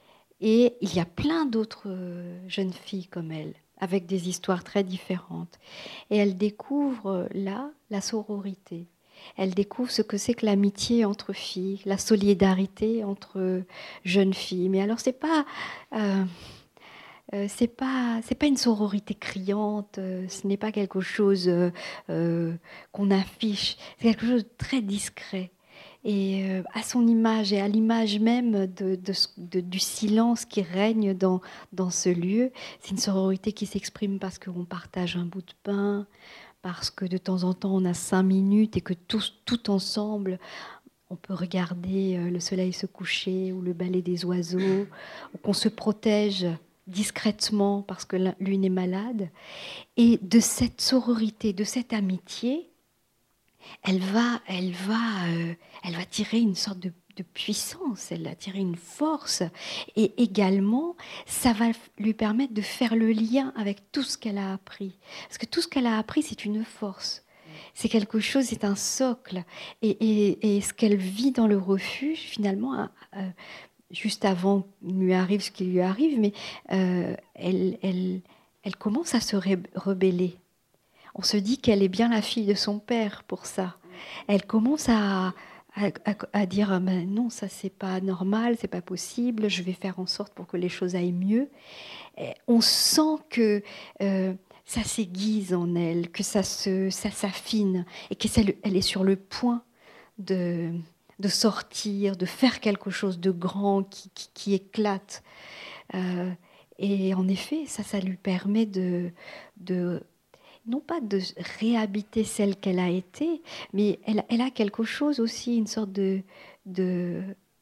Et il y a plein d'autres jeunes filles comme elle, avec des histoires très différentes. Et elle découvre là la sororité. Elle découvre ce que c'est que l'amitié entre filles, la solidarité entre jeunes filles. Mais alors, c'est pas, euh, euh, c'est pas, c'est pas une sororité criante. Euh, ce n'est pas quelque chose euh, euh, qu'on affiche. C'est quelque chose de très discret. Et euh, à son image et à l'image même de, de, de, du silence qui règne dans, dans ce lieu. C'est une sororité qui s'exprime parce qu'on partage un bout de pain, parce que de temps en temps on a cinq minutes et que tous, tout ensemble, on peut regarder le soleil se coucher ou le balai des oiseaux, ou qu'on se protège discrètement parce que l'une est malade. Et de cette sororité, de cette amitié, elle va, elle va, euh, elle va tirer une sorte de, de puissance, elle va tirer une force. Et également, ça va lui permettre de faire le lien avec tout ce qu'elle a appris. Parce que tout ce qu'elle a appris, c'est une force. C'est quelque chose, c'est un socle. Et, et, et ce qu'elle vit dans le refuge, finalement, euh, juste avant, il lui arrive ce qui lui arrive, mais euh, elle, elle, elle commence à se rebeller. On se dit qu'elle est bien la fille de son père pour ça. Elle commence à, à, à dire ah ben non, ça c'est pas normal, c'est pas possible. Je vais faire en sorte pour que les choses aillent mieux. Et on sent que euh, ça s'aiguise en elle, que ça se, ça s'affine et qu'elle elle est sur le point de, de sortir, de faire quelque chose de grand qui, qui, qui éclate. Euh, et en effet, ça, ça lui permet de, de non pas de réhabiter celle qu'elle a été, mais elle, elle a quelque chose aussi, une sorte de, de,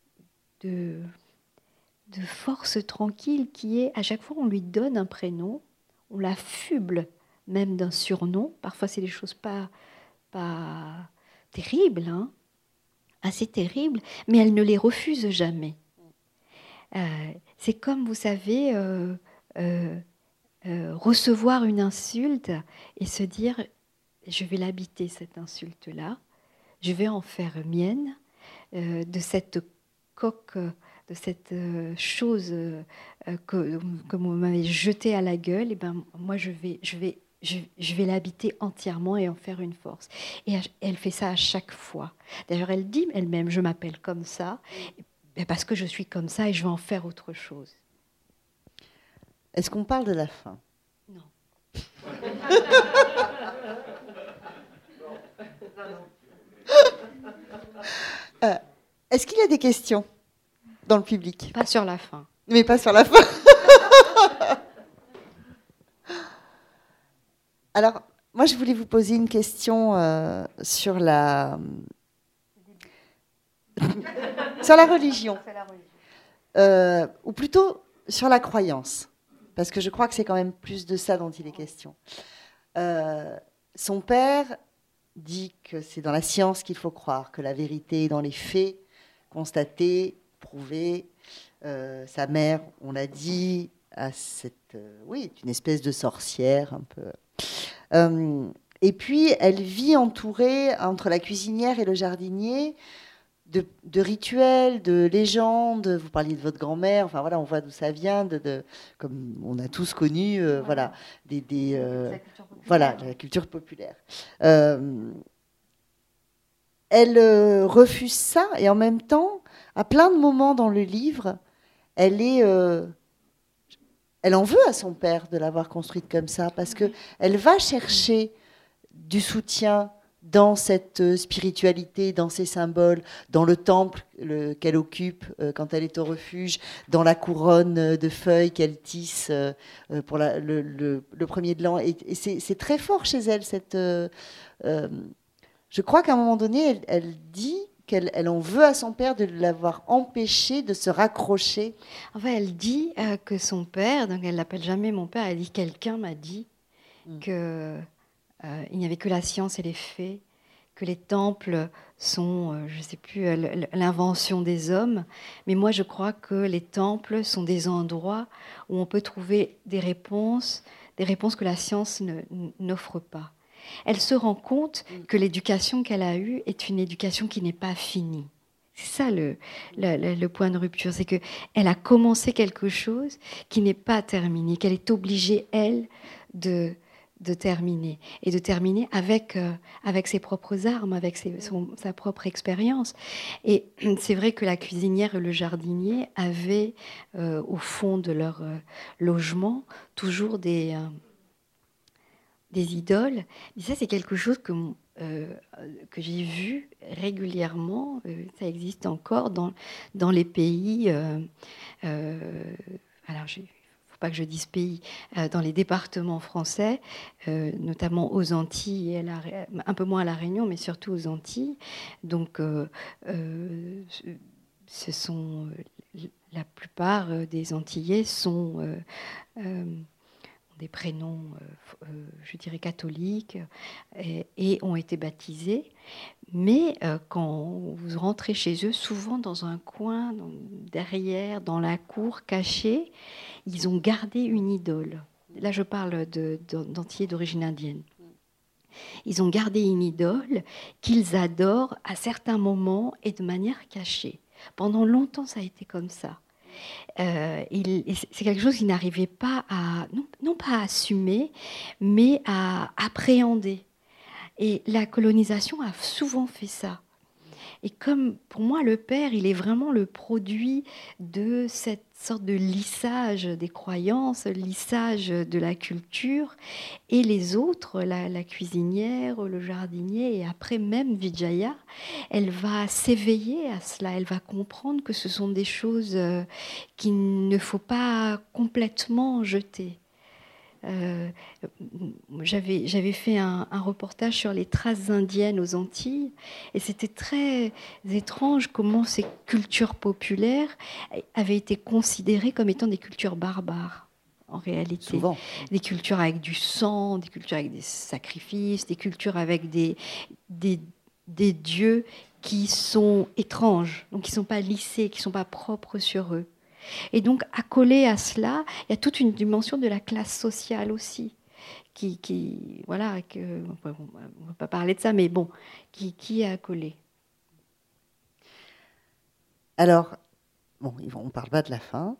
de, de force tranquille qui est, à chaque fois on lui donne un prénom, on la fuble même d'un surnom, parfois c'est des choses pas, pas terribles, hein, assez terribles, mais elle ne les refuse jamais. Euh, c'est comme, vous savez, euh, euh, Euh, recevoir une insulte et se dire je vais l'habiter cette insulte-là, je vais en faire mienne, euh, de cette coque, de cette euh, chose euh, que, que vous m'avez jetée à la gueule, et ben moi je vais, je vais, je, je vais l'habiter entièrement et en faire une force. Et elle fait ça à chaque fois. D'ailleurs elle dit elle-même je m'appelle comme ça parce que je suis comme ça et je vais en faire autre chose. Est-ce qu'on parle de la fin? Non. euh, Est-ce qu'il y a des questions dans le public? Pas sur la fin. Mais pas sur la fin. Alors, moi, je voulais vous poser une question euh, sur la... sur la religion. Euh, ou plutôt sur la croyance. Parce que je crois que c'est quand même plus de ça dont il est question. Euh, son père dit que c'est dans la science qu'il faut croire, que la vérité est dans les faits, constatés, prouvés. Euh, sa mère, on l'a dit, a cette, euh, oui, une espèce de sorcière un peu. Euh, et puis, elle vit entourée, entre la cuisinière et le jardinier, De, de rituels, de légendes. Vous parliez de votre grand-mère, enfin voilà, on voit d'où ça vient, de, de, comme on a tous connu, euh, voilà, des, des euh, voilà, la culture populaire. Euh, elle euh, refuse ça et en même temps, à plein de moments dans le livre, elle est, euh, elle en veut à son père de l'avoir construite comme ça parce que elle va chercher du soutien dans cette spiritualité, dans ces symboles, dans le temple le, qu'elle occupe euh, quand elle est au refuge, dans la couronne de feuilles qu'elle tisse euh, pour la, le, le, le premier de l'an. Et, et c'est, c'est très fort chez elle. Cette, euh, euh, je crois qu'à un moment donné, elle, elle dit qu'elle elle en veut à son père de l'avoir empêché de se raccrocher. Enfin, elle dit euh, que son père, donc elle l'appelle jamais mon père, elle dit quelqu'un m'a dit mm. que... Euh, il n'y avait que la science et les faits, que les temples sont, euh, je ne sais plus, euh, l'invention des hommes, mais moi je crois que les temples sont des endroits où on peut trouver des réponses, des réponses que la science ne, n'offre pas. Elle se rend compte que l'éducation qu'elle a eue est une éducation qui n'est pas finie. C'est ça le, le, le point de rupture, c'est qu'elle a commencé quelque chose qui n'est pas terminé, qu'elle est obligée, elle, de... de terminer, et de terminer avec, euh, avec ses propres armes, avec ses, son, sa propre expérience. Et c'est vrai que la cuisinière et le jardinier avaient, euh, au fond de leur euh, logement, toujours des, euh, des idoles. Mais ça, c'est quelque chose que, euh, que j'ai vu régulièrement, euh, ça existe encore dans, dans les pays... Euh, euh, alors, j'ai pas que je dise pays, euh, dans les départements français, euh, notamment aux Antilles, et à la, un peu moins à La Réunion, mais surtout aux Antilles. Donc, euh, euh, ce sont, la plupart des Antillais sont euh, euh, des prénoms, euh, je dirais, catholiques, et, et ont été baptisés. Mais euh, quand vous rentrez chez eux, souvent dans un coin, dans, derrière, dans la cour, cachée, ils ont gardé une idole. Là, je parle de, de, d'Antillais d'origine indienne. Ils ont gardé une idole qu'ils adorent à certains moments et de manière cachée. Pendant longtemps, ça a été comme ça. Euh, il, c'est quelque chose qu'ils n'arrivaient pas à, non, non pas à assumer, mais à appréhender. Et la colonisation a souvent fait ça. Et comme pour moi, le père, il est vraiment le produit de cette sorte de lissage des croyances, lissage de la culture. Et les autres, la, la cuisinière, le jardinier, et après même Vijaya, elle va s'éveiller à cela. Elle va comprendre que ce sont des choses qu'il ne faut pas complètement jeter. Euh, j'avais, j'avais fait un, un reportage sur les traces indiennes aux Antilles et c'était très étrange comment ces cultures populaires avaient été considérées comme étant des cultures barbares en réalité. Souvent. Des cultures avec du sang, des cultures avec des sacrifices, des cultures avec des, des, des dieux qui sont étranges, donc qui ne sont pas lissés, qui ne sont pas propres sur eux. Et donc, accolé à cela, il y a toute une dimension de la classe sociale aussi, qui, qui voilà, que, on ne va pas parler de ça, mais bon, qui, qui est accolé. Alors, bon, on ne parle pas de la fin.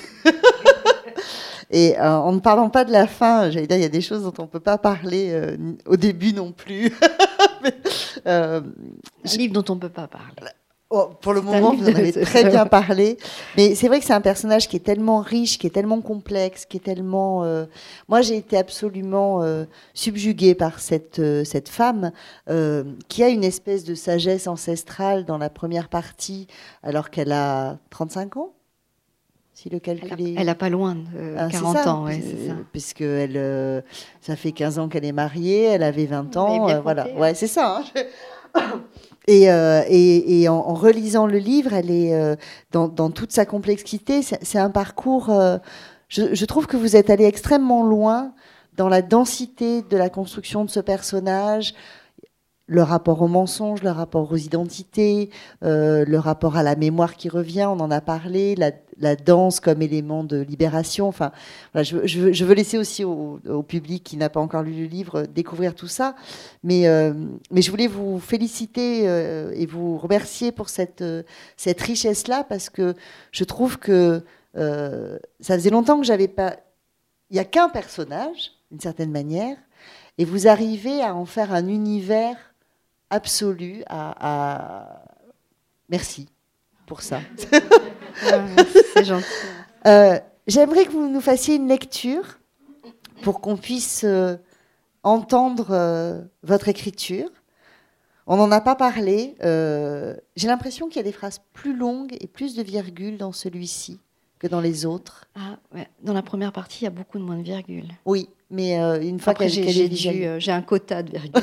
Et euh, en ne parlant pas de la fin, j'allais dire, il y a des choses dont on ne peut pas parler euh, au début non plus. mais, euh, Un livre dont on ne peut pas parler. Oh, pour le moment, vous en avez très bien parlé. Mais c'est vrai que c'est un personnage qui est tellement riche, qui est tellement complexe, qui est tellement... Euh... Moi, j'ai été absolument euh, subjuguée par cette, euh, cette femme euh, qui a une espèce de sagesse ancestrale dans la première partie, alors qu'elle a trente-cinq ans, si le calcul est... Elle n'a pas loin de euh, ah, quarante ça, ans. Ouais, c'est ça. Puisque elle, euh, ça fait quinze ans qu'elle est mariée, elle avait vingt ans. Euh, voilà, compté, ouais, c'est ça. Hein. Et, euh, et, et en, en relisant le livre, elle est euh, dans, dans toute sa complexité. C'est, c'est un parcours. Euh, je, je trouve que vous êtes allé extrêmement loin dans la densité de la construction de ce personnage, le rapport au mensonge, le rapport aux identités, euh, le rapport à la mémoire qui revient. On en a parlé. La, la danse comme élément de libération. Enfin, voilà, je, je, je veux laisser aussi au, au public qui n'a pas encore lu le livre découvrir tout ça. Mais, euh, mais je voulais vous féliciter euh, et vous remercier pour cette, euh, cette richesse-là, parce que je trouve que euh, ça faisait longtemps que j'avais pas... Il n'y a qu'un personnage, d'une certaine manière, et vous arrivez à en faire un univers absolu. À, à... Merci pour ça. Ah, c'est gentil. Euh, j'aimerais que vous nous fassiez une lecture pour qu'on puisse euh, entendre euh, votre écriture. On n'en a pas parlé. Euh, j'ai l'impression qu'il y a des phrases plus longues et plus de virgules dans celui-ci que dans les autres. Ah, ouais. Dans la première partie, il y a beaucoup de moins de virgules. Oui, mais euh, une fois Après, qu'elle, j'ai, qu'elle j'ai, est dû, euh, j'ai un quota de virgules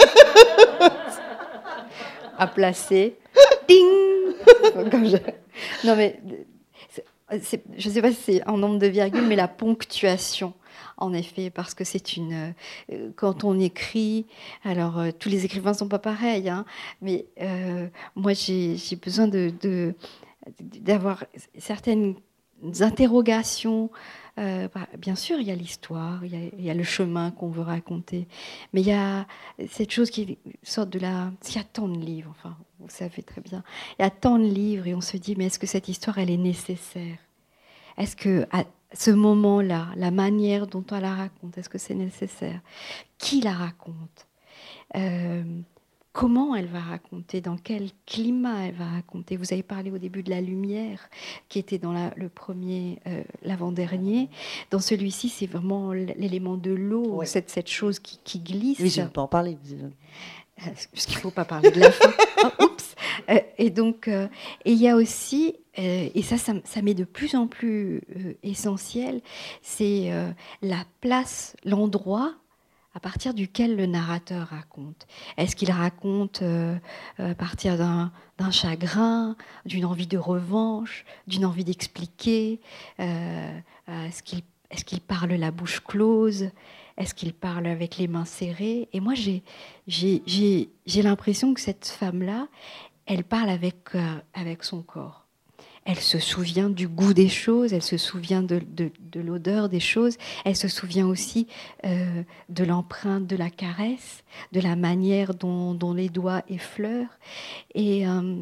à placer. Ding Comme je... Non, mais c'est, c'est, je ne sais pas si c'est en nombre de virgules, mais la ponctuation. en effet, parce que c'est une... Euh, quand on écrit, alors euh, tous les écrivains ne sont pas pareils, hein, mais euh, moi j'ai, j'ai besoin de, de, d'avoir certaines interrogations. Euh, bah, bien sûr, il y a l'histoire, il y a, il y a le chemin qu'on veut raconter, mais il y a cette chose qui est une sorte de la... Il y a tant de livres, enfin, vous savez très bien, il y a tant de livres et on se dit, mais est-ce que cette histoire, elle est nécessaire ? Est-ce que à ce moment-là, la manière dont on la raconte, est-ce que c'est nécessaire ? Qui la raconte ? euh, Comment elle va raconter ? Dans quel climat elle va raconter ? Vous avez parlé au début de la lumière, qui était dans la, le premier, euh, l'avant-dernier. Dans celui-ci, c'est vraiment l'élément de l'eau, oui. cette, cette chose qui, qui glisse. Oui, je ne peux pas en parler. Parce qu'il ne faut pas parler de la fin. Oh, oups. Euh, et donc, euh, et il y a aussi, euh, et ça, ça, ça m'est de plus en plus euh, essentiel, c'est euh, la place, l'endroit à partir duquel le narrateur raconte. Est-ce qu'il raconte euh, à partir d'un, d'un chagrin, d'une envie de revanche, d'une envie d'expliquer euh, Est-ce qu'il, est-ce qu'il parle la bouche close ? Est-ce qu'il parle avec les mains serrées ? Et moi, j'ai, j'ai, j'ai, j'ai l'impression que cette femme-là, elle parle avec, euh, avec son corps. Elle se souvient du goût des choses, elle se souvient de, de, de l'odeur des choses, elle se souvient aussi euh, de l'empreinte de la caresse, de la manière dont, dont les doigts effleurent. Et, euh,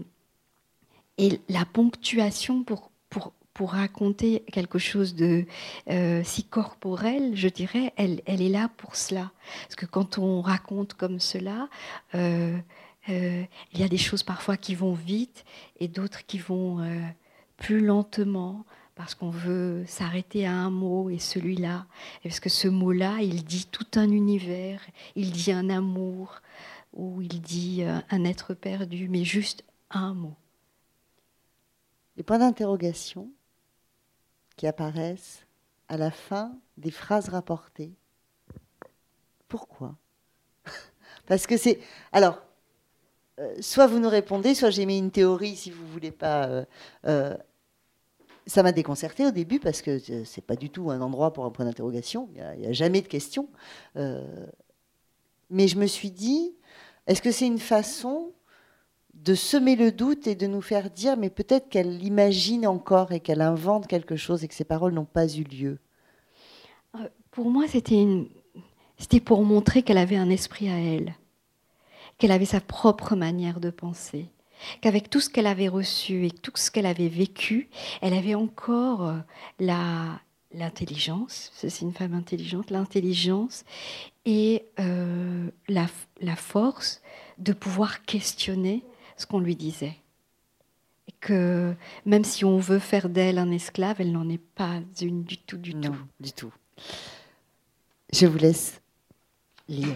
et la ponctuation pour, pour, pour raconter quelque chose de euh, si corporel, je dirais, elle, elle est là pour cela. Parce que quand on raconte comme cela, euh, euh, il y a des choses parfois qui vont vite et d'autres qui vont... Euh, plus lentement, parce qu'on veut s'arrêter à un mot, et celui-là, et parce que ce mot-là, il dit tout un univers, il dit un amour, ou il dit un être perdu, mais juste un mot. Les points d'interrogation qui apparaissent à la fin des phrases rapportées. Pourquoi ? Parce que c'est... Alors... Euh, soit vous nous répondez, soit j'ai mis une théorie si vous ne voulez pas. Euh, euh, ça m'a déconcertée au début parce que ce n'est pas du tout un endroit pour un point d'interrogation. Il n'y a, a jamais de questions. Euh, mais je me suis dit, est-ce que c'est une façon de semer le doute et de nous faire dire, mais peut-être qu'elle imagine encore et qu'elle invente quelque chose et que ces paroles n'ont pas eu lieu ? euh, Pour moi, c'était, une... c'était pour montrer qu'elle avait un esprit à elle. Qu'elle avait sa propre manière de penser, qu'avec tout ce qu'elle avait reçu et tout ce qu'elle avait vécu, elle avait encore la, l'intelligence, c'est une femme intelligente, l'intelligence et euh, la, la force de pouvoir questionner ce qu'on lui disait. Et que même si on veut faire d'elle un esclave, elle n'en est pas une du tout, du non, tout. du tout. Je vous laisse lire.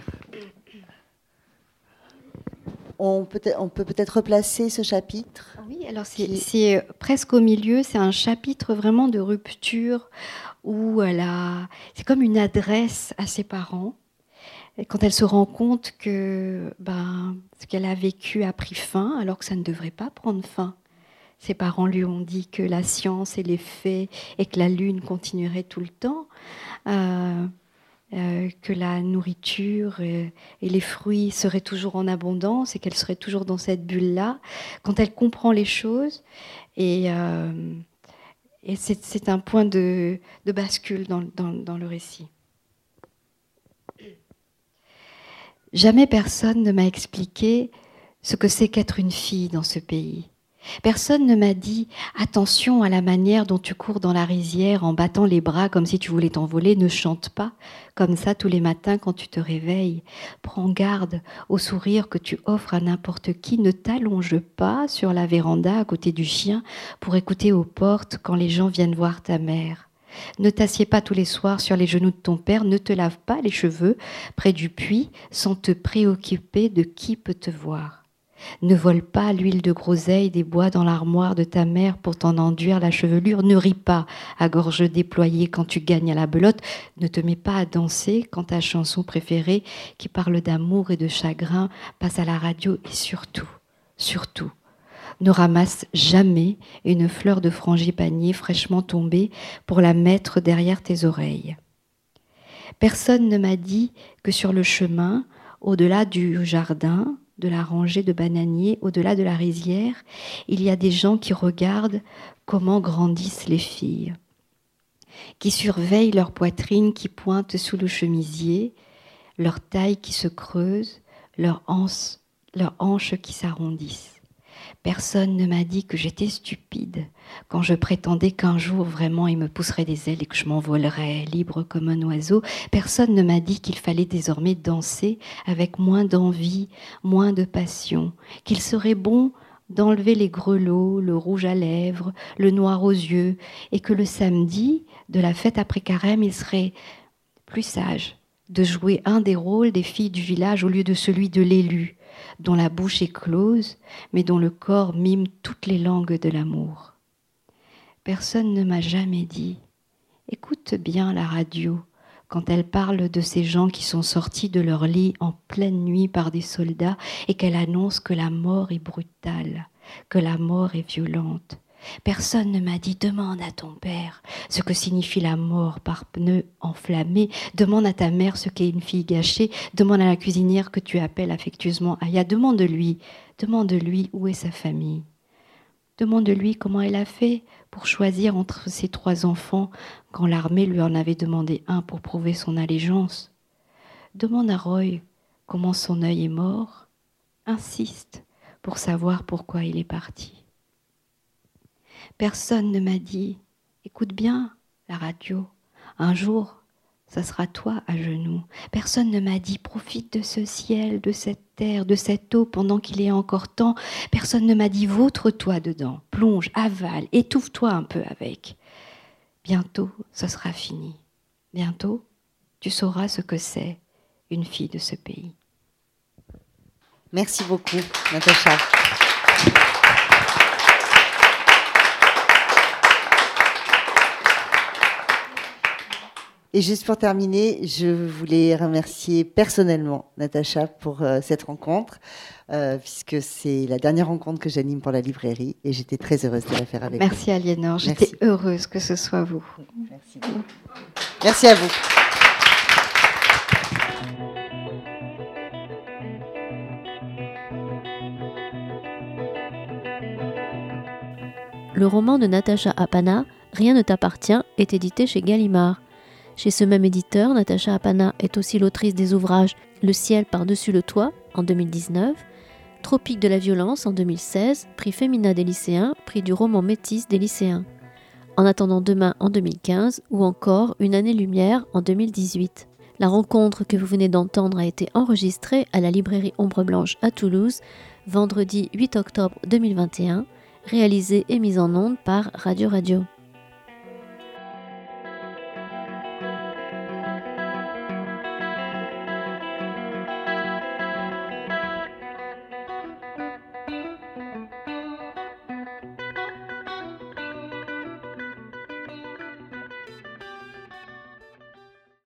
On peut, on peut peut-être replacer ce chapitre. Oui, alors c'est, c'est presque au milieu, c'est un chapitre vraiment de rupture où elle a, c'est comme une adresse à ses parents. Et quand elle se rend compte que ben, ce qu'elle a vécu a pris fin, alors que ça ne devrait pas prendre fin. Ses parents lui ont dit que la science et les faits et que la lune continuerait tout le temps. Euh, Euh, que la nourriture et, et les fruits seraient toujours en abondance et qu'elle serait toujours dans cette bulle-là, quand elle comprend les choses, et, euh, et c'est, c'est un point de, de bascule dans, dans, dans le récit. Jamais personne ne m'a expliqué ce que c'est qu'être une fille dans ce pays. Personne ne m'a dit « Attention à la manière dont tu cours dans la rizière en battant les bras comme si tu voulais t'envoler, ne chante pas comme ça tous les matins quand tu te réveilles. Prends garde au sourire que tu offres à n'importe qui, ne t'allonge pas sur la véranda à côté du chien pour écouter aux portes quand les gens viennent voir ta mère. Ne t'assieds pas tous les soirs sur les genoux de ton père, ne te lave pas les cheveux près du puits sans te préoccuper de qui peut te voir. Ne vole pas l'huile de groseille des bois dans l'armoire de ta mère pour t'en enduire la chevelure. Ne ris pas à gorge déployée quand tu gagnes à la belote. Ne te mets pas à danser quand ta chanson préférée qui parle d'amour et de chagrin passe à la radio. Et surtout, surtout, ne ramasse jamais une fleur de frangipanier fraîchement tombée pour la mettre derrière tes oreilles. Personne ne m'a dit que sur le chemin, au-delà du jardin, de la rangée de bananiers, au-delà de la rizière, il y a des gens qui regardent comment grandissent les filles, qui surveillent leur poitrine qui pointe sous le chemisier, leur taille qui se creuse, leurs hanches, leurs hanches qui s'arrondissent. Personne ne m'a dit que j'étais stupide quand je prétendais qu'un jour vraiment il me pousserait des ailes et que je m'envolerais libre comme un oiseau. Personne ne m'a dit qu'il fallait désormais danser avec moins d'envie, moins de passion, qu'il serait bon d'enlever les grelots, le rouge à lèvres, le noir aux yeux, et que le samedi de la fête après carême, il serait plus sage de jouer un des rôles des filles du village au lieu de celui de l'élu, dont la bouche est close, mais dont le corps mime toutes les langues de l'amour. Personne ne m'a jamais dit « Écoute bien la radio » quand elle parle de ces gens qui sont sortis de leur lit en pleine nuit par des soldats et qu'elle annonce que la mort est brutale, que la mort est violente. Personne ne m'a dit « Demande à ton père ce que signifie la mort par pneu enflammé, demande à ta mère ce qu'est une fille gâchée, demande à la cuisinière que tu appelles affectueusement Aya, demande-lui, demande-lui où est sa famille. Demande-lui comment elle a fait pour choisir entre ses trois enfants quand l'armée lui en avait demandé un pour prouver son allégeance. Demande à Roy comment son œil est mort. Insiste pour savoir pourquoi il est parti. Personne ne m'a dit « Écoute bien la radio, un jour, ça sera toi à genoux. » Personne ne m'a dit « Profite de ce ciel, de cette terre, de cette eau pendant qu'il est encore temps. » Personne ne m'a dit « Vautre-toi dedans, plonge, avale, étouffe-toi un peu avec. » Bientôt, ça sera fini. Bientôt, tu sauras ce que c'est une fille de ce pays. Merci beaucoup, Natacha. Et juste pour terminer, je voulais remercier personnellement Natacha pour euh, cette rencontre, euh, puisque c'est la dernière rencontre que j'anime pour la librairie, et j'étais très heureuse de la faire avec vous. Merci Aliénor, j'étais heureuse que ce soit vous. Merci beaucoup. Merci à vous. Le roman de Natacha Apana, Rien ne t'appartient, est édité chez Gallimard. Chez ce même éditeur, Natacha Apana est aussi l'autrice des ouvrages Le ciel par-dessus le toit en deux mille dix-neuf, Tropique de la violence en deux mille seize, prix Femina des lycéens, prix du roman métis des lycéens. En attendant demain en deux mille quinze ou encore Une année-lumière en deux mille dix-huit. La rencontre que vous venez d'entendre a été enregistrée à la librairie Ombre Blanche à Toulouse, vendredi huit octobre deux mille vingt et un, réalisée et mise en onde par Radio Radio.